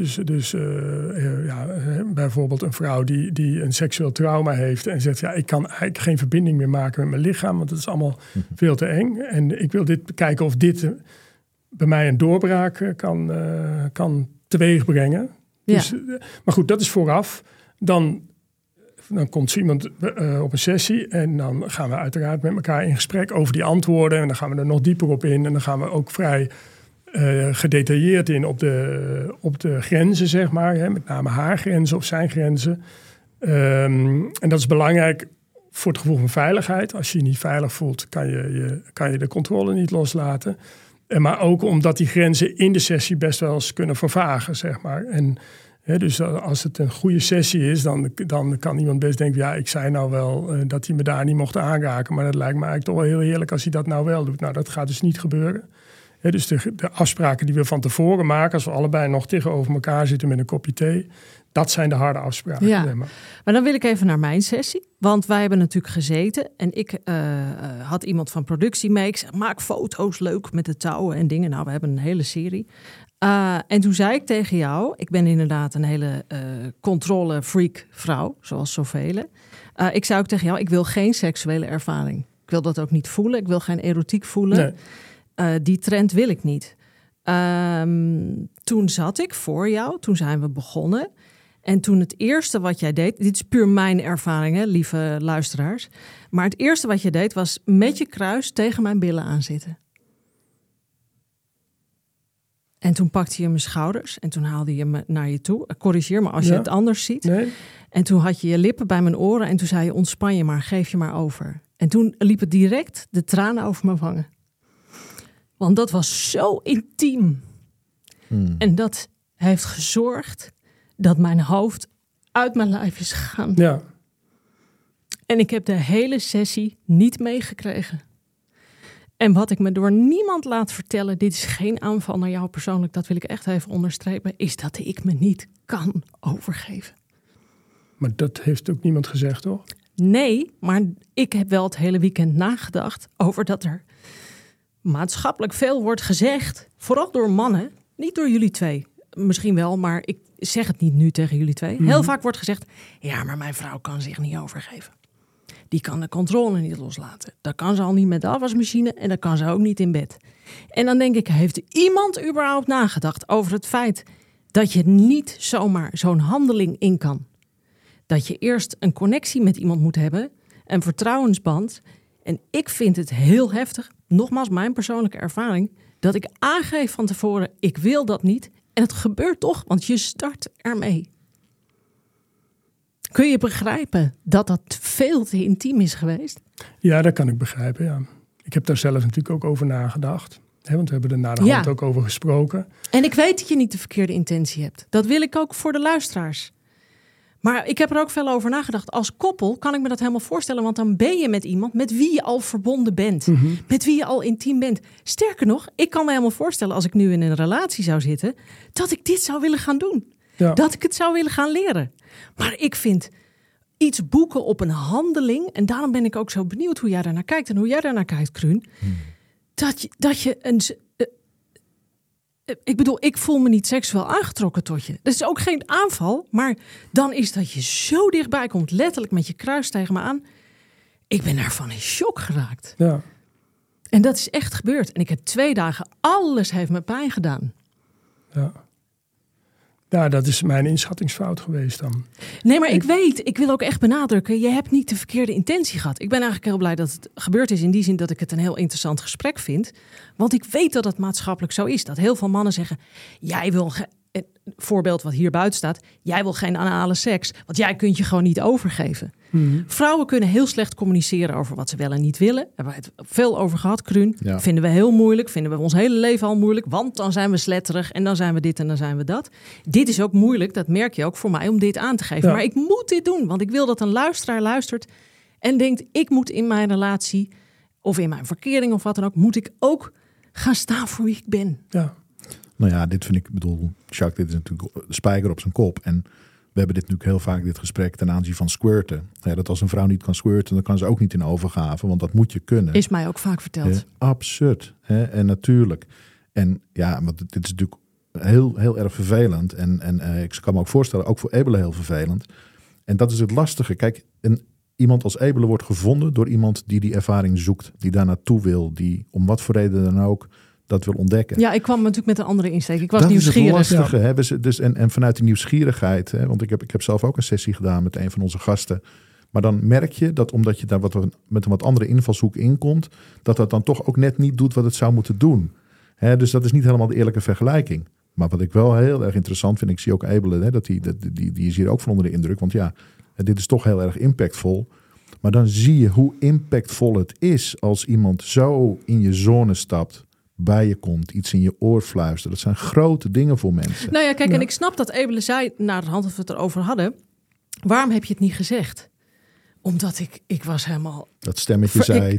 Bijvoorbeeld een vrouw die een seksueel trauma heeft en zegt, ik kan eigenlijk geen verbinding meer maken met mijn lichaam, want het is allemaal veel te eng. En ik wil dit kijken of dit bij mij een doorbraak kan teweeg brengen. Ja. Dus, maar goed, dat is vooraf. Dan komt zo iemand op een sessie en dan gaan we uiteraard met elkaar in gesprek over die antwoorden. En dan gaan we er nog dieper op in en dan gaan we ook vrij gedetailleerd in op de grenzen, zeg maar. Met name haar grenzen of zijn grenzen. En dat is belangrijk voor het gevoel van veiligheid. Als je je niet veilig voelt, kan je de controle niet loslaten. Maar ook omdat die grenzen in de sessie best wel eens kunnen vervagen, zeg maar. En dus als het een goede sessie is, dan kan iemand best denken, ik zei nou wel dat hij me daar niet mocht aanraken. Maar dat lijkt me eigenlijk toch wel heel heerlijk als hij dat nou wel doet. Nou, dat gaat dus niet gebeuren. Dus de afspraken die we van tevoren maken, als we allebei nog tegenover elkaar zitten met een kopje thee, dat zijn de harde afspraken. Ja. Maar dan wil ik even naar mijn sessie. Want wij hebben natuurlijk gezeten. En ik had iemand van productie mee. Ik zeg, maak foto's leuk met de touwen en dingen. Nou, we hebben een hele serie. En toen zei ik tegen jou, ik ben inderdaad een hele controle-freak vrouw, zoals zoveel. Ik zei ook tegen jou, ik wil geen seksuele ervaring. Ik wil dat ook niet voelen. Ik wil geen erotiek voelen. Nee. Die trend wil ik niet. Toen zat ik voor jou, toen zijn we begonnen. En toen het eerste wat jij deed, dit is puur mijn ervaring, lieve luisteraars. Maar het eerste wat je deed was met je kruis tegen mijn billen aanzitten. En toen pakte je mijn schouders en toen haalde je me naar je toe. Corrigeer me als je het anders ziet. Nee. En toen had je je lippen bij mijn oren en toen zei je, ontspan je maar, geef je maar over. En toen liepen direct de tranen over mijn wangen. Want dat was zo intiem. En dat heeft gezorgd dat mijn hoofd uit mijn lijf is gegaan. Ja. En ik heb de hele sessie niet meegekregen. En wat ik me door niemand laat vertellen, dit is geen aanval naar jou persoonlijk, dat wil ik echt even onderstrepen, is dat ik me niet kan overgeven. Maar dat heeft ook niemand gezegd, toch? Nee, maar ik heb wel het hele weekend nagedacht over dat er maatschappelijk veel wordt gezegd. Vooral door mannen, niet door jullie twee. Misschien wel, maar ik zeg het niet nu tegen jullie twee. Heel vaak wordt gezegd, ja, maar mijn vrouw kan zich niet overgeven. Die kan de controle niet loslaten. Dat kan ze al niet met de afwasmachine en dat kan ze ook niet in bed. En dan denk ik, heeft iemand überhaupt nagedacht over het feit dat je niet zomaar zo'n handeling in kan? Dat je eerst een connectie met iemand moet hebben, een vertrouwensband. En ik vind het heel heftig, nogmaals mijn persoonlijke ervaring, dat ik aangeef van tevoren, ik wil dat niet. En het gebeurt toch, want je start ermee. Kun je begrijpen dat dat veel te intiem is geweest? Ja, dat kan ik begrijpen, ja. Ik heb daar zelf natuurlijk ook over nagedacht. Want we hebben er na de hand ook over gesproken. En ik weet dat je niet de verkeerde intentie hebt. Dat wil ik ook voor de luisteraars. Maar ik heb er ook veel over nagedacht. Als koppel kan ik me dat helemaal voorstellen. Want dan ben je met iemand met wie je al verbonden bent. Mm-hmm. Met wie je al intiem bent. Sterker nog, ik kan me helemaal voorstellen als ik nu in een relatie zou zitten, dat ik dit zou willen gaan doen. Ja. Dat ik het zou willen gaan leren. Maar ik vind iets boeken op een handeling. En daarom ben ik ook zo benieuwd hoe jij daarnaar kijkt. En hoe jij daarnaar kijkt, Kruun. Dat je een... Ik bedoel, ik voel me niet seksueel aangetrokken tot je. Dat is ook geen aanval. Maar dan is dat je zo dichtbij komt. Letterlijk met je kruis tegen me aan. Ik ben daarvan in shock geraakt. Ja. En dat is echt gebeurd. En ik heb 2 dagen, alles heeft me pijn gedaan. Ja. Ja, dat is mijn inschattingsfout geweest dan. Nee, maar ik wil ook echt benadrukken, je hebt niet de verkeerde intentie gehad. Ik ben eigenlijk heel blij dat het gebeurd is in die zin dat ik het een heel interessant gesprek vind. Want ik weet dat het maatschappelijk zo is. Dat heel veel mannen zeggen, jij wil, voorbeeld wat hier buiten staat, jij wil geen anale seks, want jij kunt je gewoon niet overgeven. Mm-hmm. Vrouwen kunnen heel slecht communiceren over wat ze wel en niet willen. Daar hebben we het veel over gehad, Kruun. Ja. Vinden we heel moeilijk, vinden we ons hele leven al moeilijk, want dan zijn we sletterig en dan zijn we dit en dan zijn we dat. Dit is ook moeilijk, dat merk je ook voor mij, om dit aan te geven. Ja. Maar ik moet dit doen, want ik wil dat een luisteraar luistert en denkt, ik moet in mijn relatie of in mijn verkering of wat dan ook, moet ik ook gaan staan voor wie ik ben. Ja. Nou ja, dit vind ik, Jacques, dit is natuurlijk de spijker op zijn kop. En we hebben dit natuurlijk heel vaak, dit gesprek, ten aanzien van squirten. Ja, dat als een vrouw niet kan squirten, dan kan ze ook niet in overgave, want dat moet je kunnen. Is mij ook vaak verteld. Absurd. En natuurlijk. En ja, want dit is natuurlijk heel erg vervelend. En ik kan me ook voorstellen, ook voor Ebele heel vervelend. En dat is het lastige. Kijk, iemand als Ebele wordt gevonden door iemand die ervaring zoekt, die daar naartoe wil, die om wat voor reden dan ook dat wil ontdekken. Ja, ik kwam natuurlijk met een andere insteek. Ik was nieuwsgierig. Dat is het lastige. Hè? Dus, en vanuit die nieuwsgierigheid, hè? Want ik heb zelf ook een sessie gedaan met een van onze gasten. Maar dan merk je dat omdat je daar met een wat andere invalshoek inkomt, dat dan toch ook net niet doet wat het zou moeten doen. Hè? Dus dat is niet helemaal de eerlijke vergelijking. Maar wat ik wel heel erg interessant vind, ik zie ook Ebele, hè, die is hier ook van onder de indruk. Want ja, dit is toch heel erg impactvol. Maar dan zie je hoe impactvol het is als iemand zo in je zone stapt, bij je komt, iets in je oor fluistert. Dat zijn grote dingen voor mensen. Nou ja, kijk, en ik snap dat Ebele zei, naar de hand dat we het erover hadden, waarom heb je het niet gezegd? Omdat ik was helemaal... Dat stemmetje zei...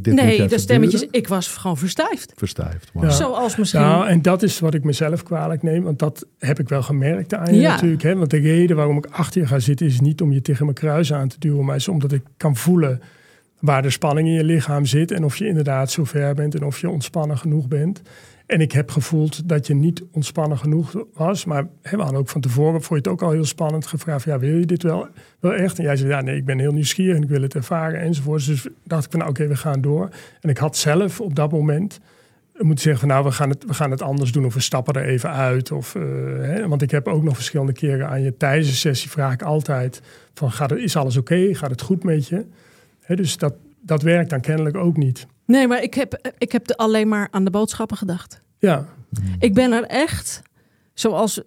Ik was gewoon verstijfd. Wow. Ja. Zoals misschien... Nou, en dat is wat ik mezelf kwalijk neem. Want dat heb ik wel gemerkt aan je natuurlijk. Hè? Want de reden waarom ik achter je ga zitten is niet om je tegen mijn kruis aan te duwen. Maar is omdat ik kan voelen waar de spanning in je lichaam zit. En of je inderdaad zo ver bent en of je ontspannen genoeg bent. En ik heb gevoeld dat je niet ontspannen genoeg was. Maar we hadden ook van tevoren, vond je het ook al heel spannend gevraagd. Ja, wil je dit wel echt? En jij zei, ja, nee, ik ben heel nieuwsgierig en ik wil het ervaren enzovoort. Dus dacht ik van, nou, oké, we gaan door. En ik had zelf op dat moment moeten zeggen van, nou, we gaan het anders doen. Of we stappen er even uit. Want ik heb ook nog verschillende keren aan je tijdens de sessie vraag ik altijd van, is alles oké? Gaat het goed met je? Dus dat werkt dan kennelijk ook niet. Nee, maar ik heb alleen maar aan de boodschappen gedacht. Ja. Ik ben er echt, zoals...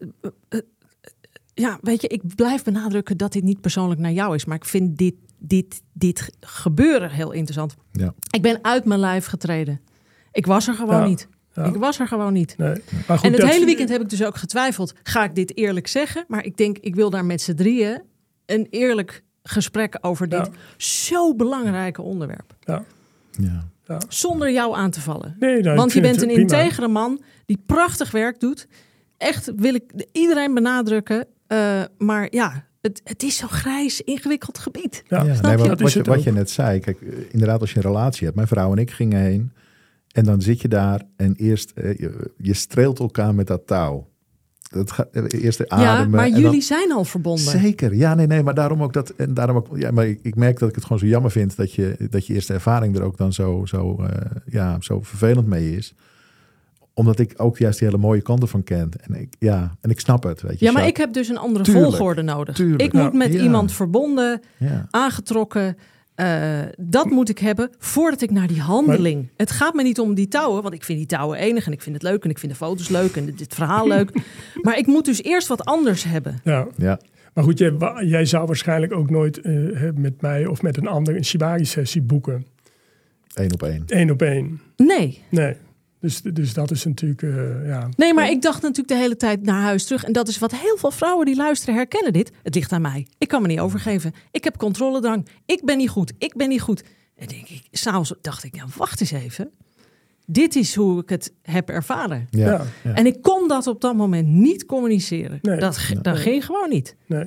weet je, ik blijf benadrukken dat dit niet persoonlijk naar jou is. Maar ik vind dit gebeuren heel interessant. Ja. Ik ben uit mijn lijf getreden. Ik was er gewoon niet. Ja. Ik was er gewoon niet. Nee. Maar goed, en het hele weekend heb ik dus ook getwijfeld. Ga ik dit eerlijk zeggen? Maar ik denk, ik wil daar met z'n drieën een eerlijk gesprek over dit zo belangrijke onderwerp. Ja. Ja. Ja. Zonder jou aan te vallen. Nee, want je bent een integere man die prachtig werk doet. Echt wil ik iedereen benadrukken. Maar ja, het is zo'n grijs, ingewikkeld gebied. Ja. Wat je net zei. Kijk, inderdaad, als je een relatie hebt. Mijn vrouw en ik gingen heen. En dan zit je daar en eerst je streelt elkaar met dat touw. Dat gaat eerst ademen. Ja, maar jullie zijn al verbonden. Zeker. Ja, nee, maar daarom ook dat. En daarom ook. Ja, maar ik merk dat ik het gewoon zo jammer vind dat je eerste ervaring er ook dan zo zo vervelend mee is. Omdat ik ook juist die hele mooie kanten van ken. En ik snap het. Weet je, ja, maar ik heb dus een andere volgorde nodig. Tuurlijk. Ik moet met iemand verbonden, aangetrokken. Dat moet ik hebben voordat ik naar die handeling... Maar het gaat me niet om die touwen, want ik vind die touwen enig en ik vind het leuk en ik vind de foto's leuk en dit verhaal leuk. Maar ik moet dus eerst wat anders hebben. Ja. Maar goed, jij zou waarschijnlijk ook nooit met mij of met een ander een Shibari-sessie boeken. 1 op 1. 1 op 1. Nee. Dus dat is natuurlijk, Nee, maar ik dacht natuurlijk de hele tijd naar huis terug. En dat is wat heel veel vrouwen die luisteren herkennen dit. Het ligt aan mij. Ik kan me niet overgeven. Ik heb controledrang. Ik ben niet goed. En denk ik, 's avonds dacht ik, wacht eens even. Dit is hoe ik het heb ervaren. Ja. En ik kon dat op dat moment niet communiceren. Nee. Dat ging gewoon niet. Nee.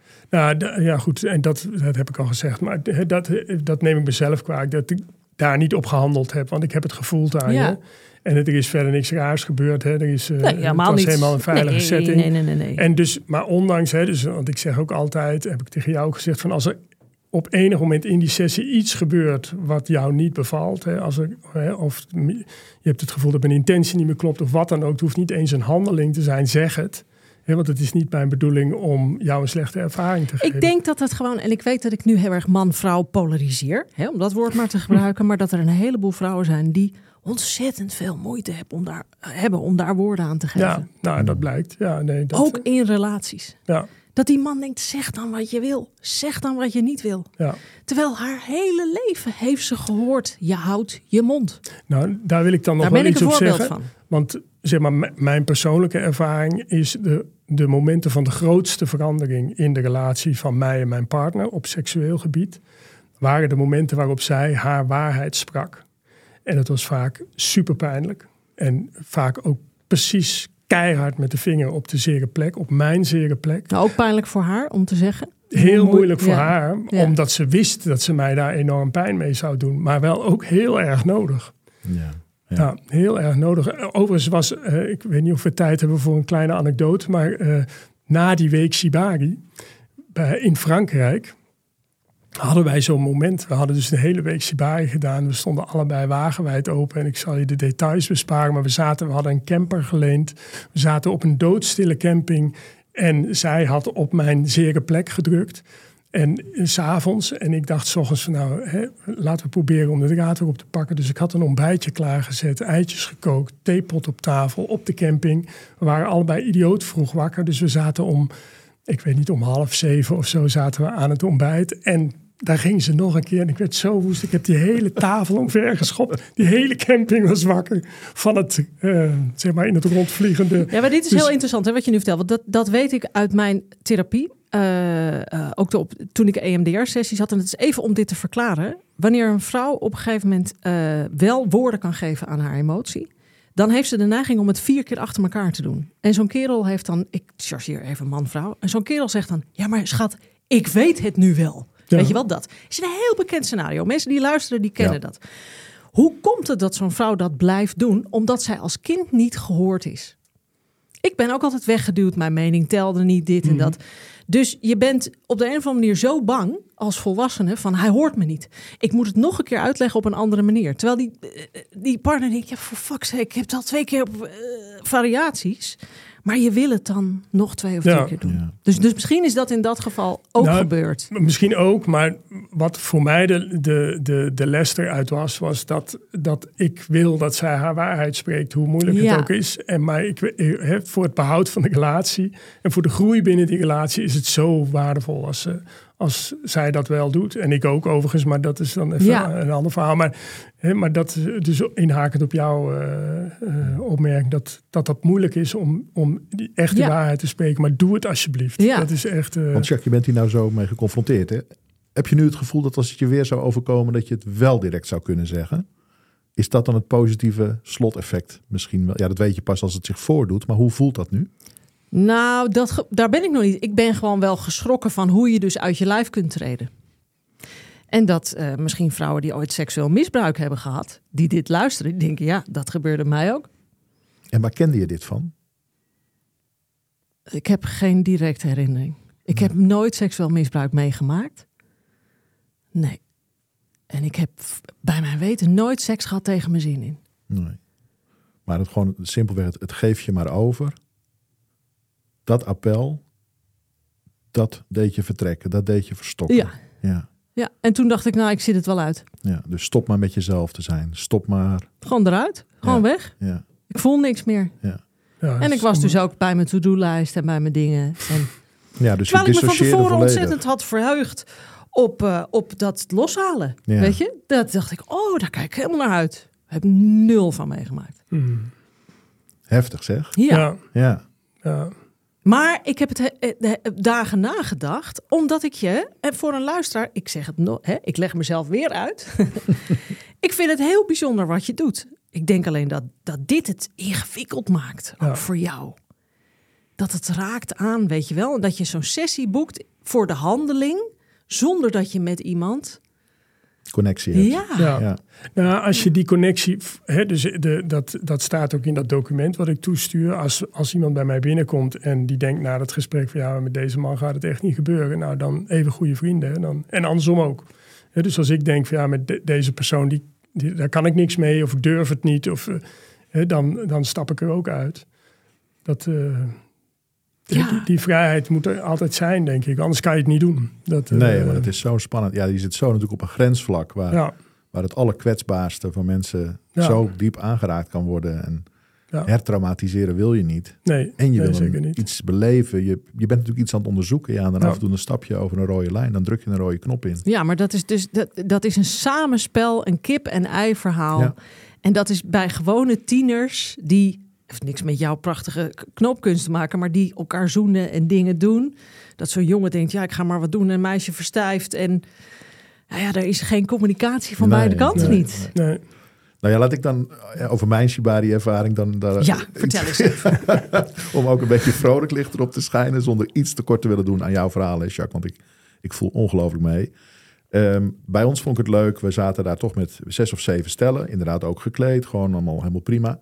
Nou, goed. En dat heb ik al gezegd. Maar dat neem ik mezelf kwalijk. Dat ik daar niet op gehandeld heb. Want ik heb het gevoeld aan je. En er is verder niks raars gebeurd. Hè. Het was helemaal een veilige setting. Nee. En dus, maar ondanks, want ik zeg ook altijd, heb ik tegen jou ook gezegd, van als er op enig moment in die sessie iets gebeurt wat jou niet bevalt, of je hebt het gevoel dat mijn intentie niet meer klopt of wat dan ook, het hoeft niet eens een handeling te zijn, zeg het. Want het is niet mijn bedoeling om jou een slechte ervaring te geven. Ik denk dat het gewoon, en ik weet dat ik nu heel erg man-vrouw polariseer, om dat woord maar te gebruiken, maar dat er een heleboel vrouwen zijn die ontzettend veel moeite hebben om daar woorden aan te geven. Ja, dat blijkt. Ja, nee, ook in relaties. Ja. Dat die man denkt, zeg dan wat je wil. Zeg dan wat je niet wil. Ja. Terwijl haar hele leven heeft ze gehoord, je houdt je mond. Nou, daar wil ik dan nog wel iets op zeggen. Van. Want zeg maar, mijn persoonlijke ervaring is de momenten van de grootste verandering in de relatie van mij en mijn partner op seksueel gebied, waren de momenten waarop zij haar waarheid sprak. En dat was vaak super pijnlijk. En vaak ook precies keihard met de vinger op de zere plek, op mijn zere plek. Nou, ook pijnlijk voor haar om te zeggen. Heel moeilijk voor haar, omdat ze wist dat ze mij daar enorm pijn mee zou doen. Maar wel ook heel erg nodig. Ja, heel erg nodig. Overigens was, ik weet niet of we tijd hebben voor een kleine anekdote, maar na die week Shibari in Frankrijk hadden wij zo'n moment. We hadden dus de hele week Shibari gedaan. We stonden allebei wagenwijd open. En ik zal je de details besparen. Maar we hadden een camper geleend. We zaten op een doodstille camping. En zij had op mijn zere plek gedrukt. En 's avonds. En ik dacht 's ochtends van laten we proberen om de draad weer op te pakken. Dus ik had een ontbijtje klaargezet. Eitjes gekookt. Theepot op tafel. Op de camping. We waren allebei idioot vroeg wakker. Dus we zaten om 6:30 of zo zaten we aan het ontbijt. En daar ging ze nog een keer en ik werd zo woest. Ik heb die hele tafel omver geschopt. Die hele camping was wakker van het, in het rondvliegende. Ja, maar dit is heel interessant wat je nu vertelt. Want dat weet ik uit mijn therapie. Ook toen ik EMDR-sessies had. En het is even om dit te verklaren. Wanneer een vrouw op een gegeven moment wel woorden kan geven aan haar emotie, dan heeft ze de neiging om het 4 keer achter elkaar te doen. En zo'n kerel heeft dan, ik chargeer even man-vrouw. En zo'n kerel zegt dan, ja maar schat, ik weet het nu wel. Ja. Weet je wel, dat is een heel bekend scenario. Mensen die luisteren, die kennen dat. Hoe komt het dat zo'n vrouw dat blijft doen? Omdat zij als kind niet gehoord is. Ik ben ook altijd weggeduwd. Mijn mening telde niet, dit en dat. Dus je bent op de een of andere manier zo bang als volwassene van hij hoort me niet. Ik moet het nog een keer uitleggen op een andere manier. Terwijl die partner denkt, ja voor fuck's sake, ik heb het al 2 keer op variaties. Maar je wil het dan nog 2 of 3 keer doen. Ja. Dus misschien is dat in dat geval ook gebeurd. Misschien ook, maar wat voor mij de les eruit was dat ik wil dat zij haar waarheid spreekt, hoe moeilijk het ook is. Maar voor het behoud van de relatie en voor de groei binnen die relatie is het zo waardevol als zij dat wel doet. En ik ook overigens, maar dat is dan even een ander verhaal. Maar dat dus inhakend op jouw opmerking dat moeilijk is om die echte waarheid te spreken. Maar doe het alsjeblieft. Ja. Dat is echt. Want Jacques, je bent hier nou zo mee geconfronteerd. Hè? Heb je nu het gevoel dat als het je weer zou overkomen, dat je het wel direct zou kunnen zeggen? Is dat dan het positieve sloteffect misschien wel? Ja, dat weet je pas als het zich voordoet. Maar hoe voelt dat nu? Nou, daar ben ik nog niet. Ik ben gewoon wel geschrokken van hoe je dus uit je lijf kunt treden. En dat misschien vrouwen die ooit seksueel misbruik hebben gehad, die dit luisteren, die denken, ja, dat gebeurde mij ook. En waar kende je dit van? Ik heb geen directe herinnering. Ik heb nooit seksueel misbruik meegemaakt. Nee. En ik heb bij mijn weten nooit seks gehad tegen mijn zin in. Nee. Maar het gewoon simpelweg, het geef je maar over. Dat appel, dat deed je vertrekken, dat deed je verstoppen. Ja, en toen dacht ik, nou, ik zit het wel uit. Ja, dus stop maar met jezelf te zijn. Stop maar. Gewoon eruit, gewoon weg. Ja. Ik voel niks meer. Ja. En ik was dus ook bij mijn to-do-lijst en bij mijn dingen. En dus terwijl ik me van tevoren ontzettend had verheugd op dat loshalen. Ja. Weet je? Dat dacht ik, daar kijk ik helemaal naar uit. Ik heb 0 van meegemaakt. Heftig zeg. Ja. Ja. Maar ik heb het dagen nagedacht, omdat ik je, en voor een luisteraar, ik zeg het nog, ik leg mezelf weer uit. Ik vind het heel bijzonder wat je doet. Ik denk alleen dat dit het ingewikkeld maakt, ook voor jou. Dat het raakt aan, weet je wel, dat je zo'n sessie boekt voor de handeling, zonder dat je met iemand connectie hebt. Ja. Nou, als je die connectie, dus dat staat ook in dat document wat ik toestuur. Als iemand bij mij binnenkomt en die denkt na dat gesprek van met deze man gaat het echt niet gebeuren. Nou, dan even goede vrienden. En andersom ook. Dus als ik denk van met deze persoon, daar kan ik niks mee of ik durf het niet. Of dan stap ik er ook uit. Die vrijheid moet er altijd zijn, denk ik. Anders kan je het niet doen. Nee, maar het is zo spannend. Ja, je zit zo natuurlijk op een grensvlak waar het allerkwetsbaarste van mensen zo diep aangeraakt kan worden. En hertraumatiseren wil je niet. Nee, en je wil zeker niet. iets beleven. Je bent natuurlijk iets aan het onderzoeken. Ja, en dan af en toe een stapje over een rode lijn. Dan druk je een rode knop in. Ja, maar dat is dus dat is een samenspel, een kip-en-ei verhaal. Ja. En dat is bij gewone tieners die heeft niks met jouw prachtige knoopkunst te maken, maar die elkaar zoenen en dingen doen. Dat zo'n jongen denkt, ik ga maar wat doen. En een meisje verstijft. En er is geen communicatie van beide kanten niet. Nee. Nou ja, laat ik dan over mijn shibari-ervaring dan daar. Ja, vertel eens even. Om ook een beetje vrolijk licht erop te schijnen, zonder iets tekort te willen doen aan jouw verhaal, Jacques. Want ik voel ongelooflijk mee. Bij ons vond ik het leuk. We zaten daar toch met 6 of 7 stellen. Inderdaad ook gekleed. Gewoon allemaal helemaal prima.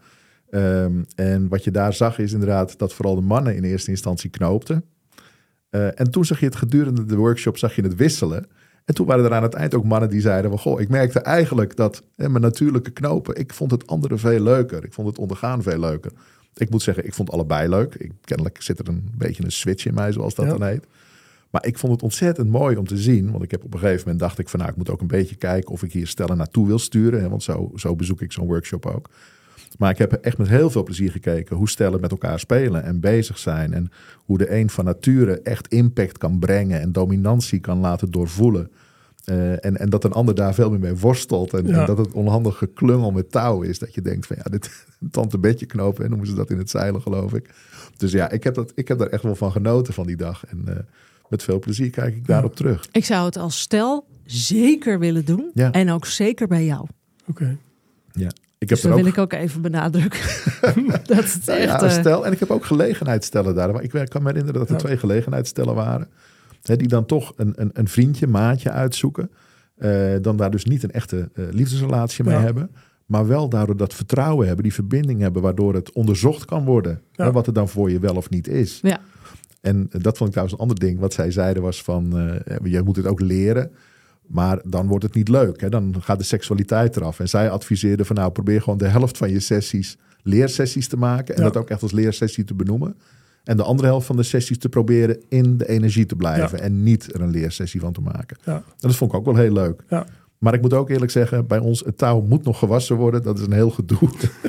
En wat je daar zag is inderdaad dat vooral de mannen in eerste instantie knoopten. En toen zag je het gedurende de workshop zag je het wisselen. En toen waren er aan het eind ook mannen die zeiden van, ik merkte eigenlijk dat mijn natuurlijke knopen, ik vond het andere veel leuker. Ik vond het ondergaan veel leuker. Ik moet zeggen, ik vond allebei leuk. Kennelijk zit er een beetje een switch in mij, zoals dat dan heet. Maar ik vond het ontzettend mooi om te zien. Want ik heb op een gegeven moment dacht ik van, ik moet ook een beetje kijken of ik hier stellen naartoe wil sturen. Hè, want zo bezoek ik zo'n workshop ook. Maar ik heb echt met heel veel plezier gekeken hoe stellen met elkaar spelen en bezig zijn. En hoe de een van nature echt impact kan brengen en dominantie kan laten doorvoelen. En dat een ander daar veel meer mee worstelt. En dat het onhandig geklungel met touw is. Dat je denkt van dit tante bedje knopen. En noemen ze dat in het zeilen, geloof ik. Dus ik heb daar echt wel van genoten van die dag. En met veel plezier kijk ik daarop terug. Ik zou het als stel zeker willen doen. Ja. En ook zeker bij jou. Oké. Ja. Dus dat wil ik ook even benadrukken. Dat het echt, stel. En ik heb ook gelegenheidsstellen daar. Ik kan me herinneren dat er 2 gelegenheidsstellen waren. Die dan toch een vriendje, maatje uitzoeken. Dan daar dus niet een echte liefdesrelatie mee hebben. Maar wel daardoor dat vertrouwen hebben, die verbinding hebben, waardoor het onderzocht kan worden. Wat er dan voor je wel of niet is. Ja. En dat vond ik trouwens een ander ding. Wat zij zeiden was van, je moet het ook leren. Maar dan wordt het niet leuk. Hè? Dan gaat de seksualiteit eraf. En zij adviseerden van probeer gewoon de helft van je sessies leersessies te maken. En dat ook echt als leersessie te benoemen. En de andere helft van de sessies te proberen in de energie te blijven. Ja. En niet er een leersessie van te maken. Ja. En dat vond ik ook wel heel leuk. Ja. Maar ik moet ook eerlijk zeggen, bij ons het touw moet nog gewassen worden. Dat is een heel gedoe.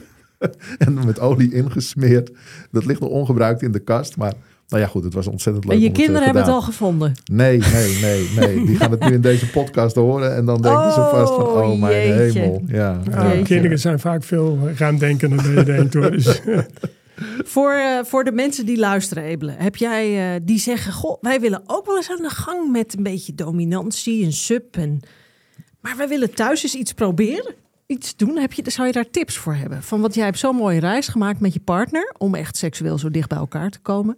En met olie ingesmeerd. Dat ligt nog ongebruikt in de kast. Maar goed, het was ontzettend leuk. En je kinderen hebben het al gevonden? Nee. Die gaan het nu in deze podcast horen. En dan denken ze vast van, mijn hemel. Ja. Kinderen zijn vaak veel ruimdenkender dan je denkt, hoor. Dus. Voor de mensen die luisteren, Ebele, heb jij die zeggen, wij willen ook wel eens aan de gang met een beetje dominantie en sub. Maar wij willen thuis eens iets proberen, iets doen. Zou je daar tips voor hebben? Want jij hebt zo'n mooie reis gemaakt met je partner om echt seksueel zo dicht bij elkaar te komen.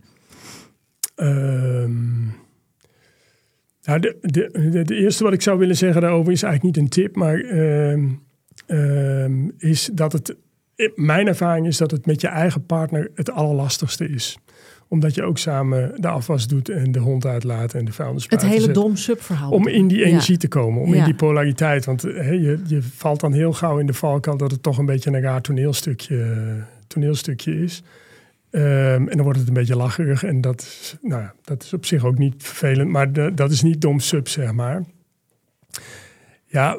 De eerste wat ik zou willen zeggen daarover is eigenlijk niet een tip, maar is dat het. Mijn ervaring is dat het met je eigen partner het allerlastigste is. Omdat je ook samen de afwas doet en de hond uitlaat en de vuilnisbuiten Het hele dom-sub-verhaal. Om in die energie te komen, om in die polariteit. Want je valt dan heel gauw in de valkuil dat het toch een beetje een raar toneelstukje is. En dan wordt het een beetje lacherig. En dat is op zich ook niet vervelend. Maar dat is niet dom-sub, zeg maar. Ja,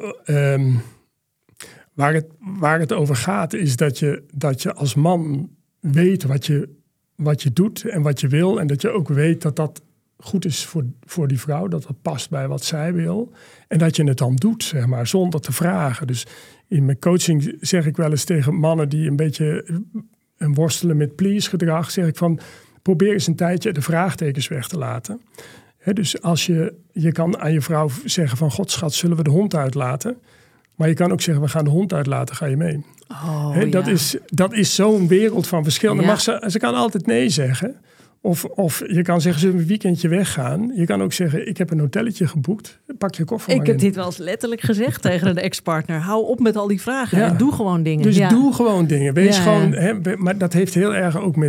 waar het over gaat is dat je als man weet wat je doet en wat je wil. En dat je ook weet dat goed is voor die vrouw. Dat het past bij wat zij wil. En dat je het dan doet, zeg maar, zonder te vragen. Dus in mijn coaching zeg ik wel eens tegen mannen die een beetje worstelen met please gedrag. Zeg ik van, probeer eens een tijdje de vraagtekens weg te laten. Dus als je kan aan je vrouw zeggen van, God schat, zullen we de hond uitlaten? Maar je kan ook zeggen, we gaan de hond uitlaten, ga je mee? Dat is zo'n wereld van verschil. Ja. Ze kan altijd nee zeggen. Of je kan zeggen, zullen we een weekendje weggaan? Je kan ook zeggen, ik heb een hotelletje geboekt. Pak je koffer maar in. Ik heb dit wel eens letterlijk gezegd tegen een ex-partner. Hou op met al die vragen en doe gewoon dingen. Dus doe gewoon dingen. Wees gewoon. Maar dat heeft heel erg ook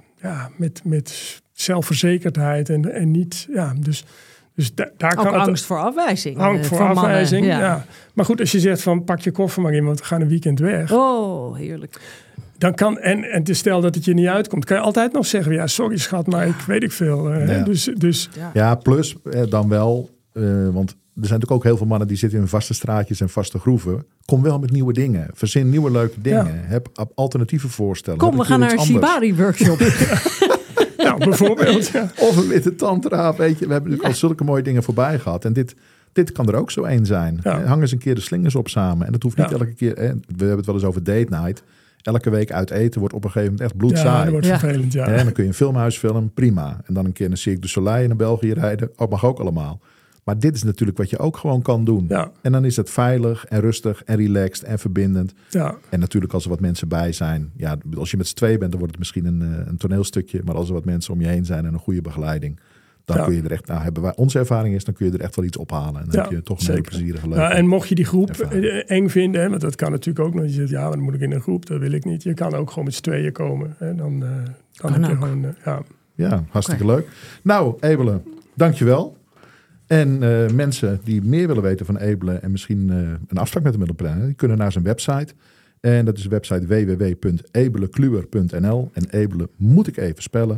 met zelfverzekerdheid en niet. Ja, dus daar kan angst voor afwijzing. Angst voor afwijzing, ja. Maar goed, als je zegt van pak je koffer maar in, want we gaan een weekend weg. Oh, heerlijk. Dan kan, en stel dat het je niet uitkomt, kan je altijd nog zeggen, ja, sorry schat, maar ik weet ik veel. Ja, plus dan wel, want er zijn natuurlijk ook heel veel mannen die zitten in vaste straatjes en vaste groeven. Kom wel met nieuwe dingen. Verzin nieuwe leuke dingen. Ja. Heb alternatieve voorstellen. Kom, we gaan naar een Shibari-workshop. Nou, bijvoorbeeld. Ja. Of een witte tantra, weet je. We hebben natuurlijk al zulke mooie dingen voorbij gehad. En dit kan er ook zo één zijn. Ja. Hang eens een keer de slingers op samen. En dat hoeft niet elke keer. We hebben het wel eens over date night. Elke week uit eten wordt op een gegeven moment echt bloedsaai. Ja, dat wordt vervelend, ja. En dan kun je een filmhuis filmen, prima. En dan een keer een Cirque du Soleil naar België rijden. Dat mag ook allemaal. Maar dit is natuurlijk wat je ook gewoon kan doen. Ja. En dan is het veilig en rustig en relaxed en verbindend. Ja. En natuurlijk als er wat mensen bij zijn. Ja, als je met z'n tweeën bent, dan wordt het misschien een toneelstukje. Maar als er wat mensen om je heen zijn en een goede begeleiding, dan kun je er echt, hebben wij, onze ervaring is, dan kun je er echt wel iets ophalen. En dan heb je toch een hele plezierige leuke en mocht je die groep eng vinden, want dat kan natuurlijk ook nog. Je zegt, ja, dan moet ik in een groep, dat wil ik niet. Je kan ook gewoon met z'n tweeën komen. En dan heb je gewoon, Ja, hartstikke leuk. Nou, Ebele, dankjewel. En mensen die meer willen weten van Ebele en misschien een afspraak met hem willen plannen, die kunnen naar zijn website. En dat is de website www.ebelekluwer.nl. En Ebele moet ik even spellen.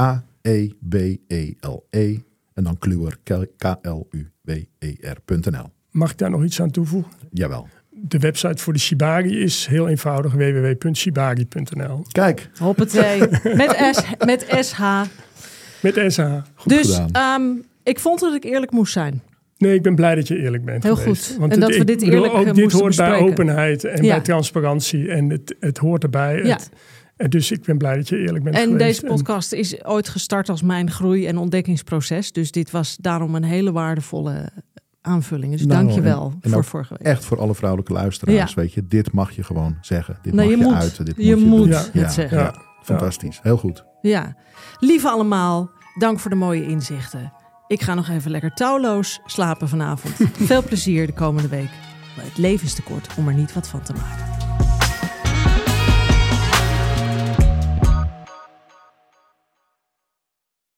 A-E-B-E-L-E. En dan Kluwer, K-L-U-W-E-R.nl. Mag ik daar nog iets aan toevoegen? Jawel. De website voor de Shibari is heel eenvoudig. www.shibari.nl. Kijk. Hoppatee. Met SH. Met SH. Goed gedaan. Ik vond dat ik eerlijk moest zijn. Nee, ik ben blij dat je eerlijk bent heel geweest. Goed. Want en dat we dit eerlijk ook dit hoort bespreken. Bij openheid en bij transparantie. En het hoort erbij. Ja. Dus ik ben blij dat je eerlijk bent geweest. En deze podcast is ooit gestart als mijn groei- en ontdekkingsproces. Dus dit was daarom een hele waardevolle aanvulling. Dus dank je wel voor vorige week. Echt voor alle vrouwelijke luisteraars. Weet je, dit mag je gewoon zeggen. Dit mag je uiten. Dit je moet het zeggen. Ja, fantastisch. Heel goed. Ja. Lieve allemaal, dank voor de mooie inzichten. Ik ga nog even lekker touwloos slapen vanavond. Veel plezier de komende week. Het leven is te kort om er niet wat van te maken.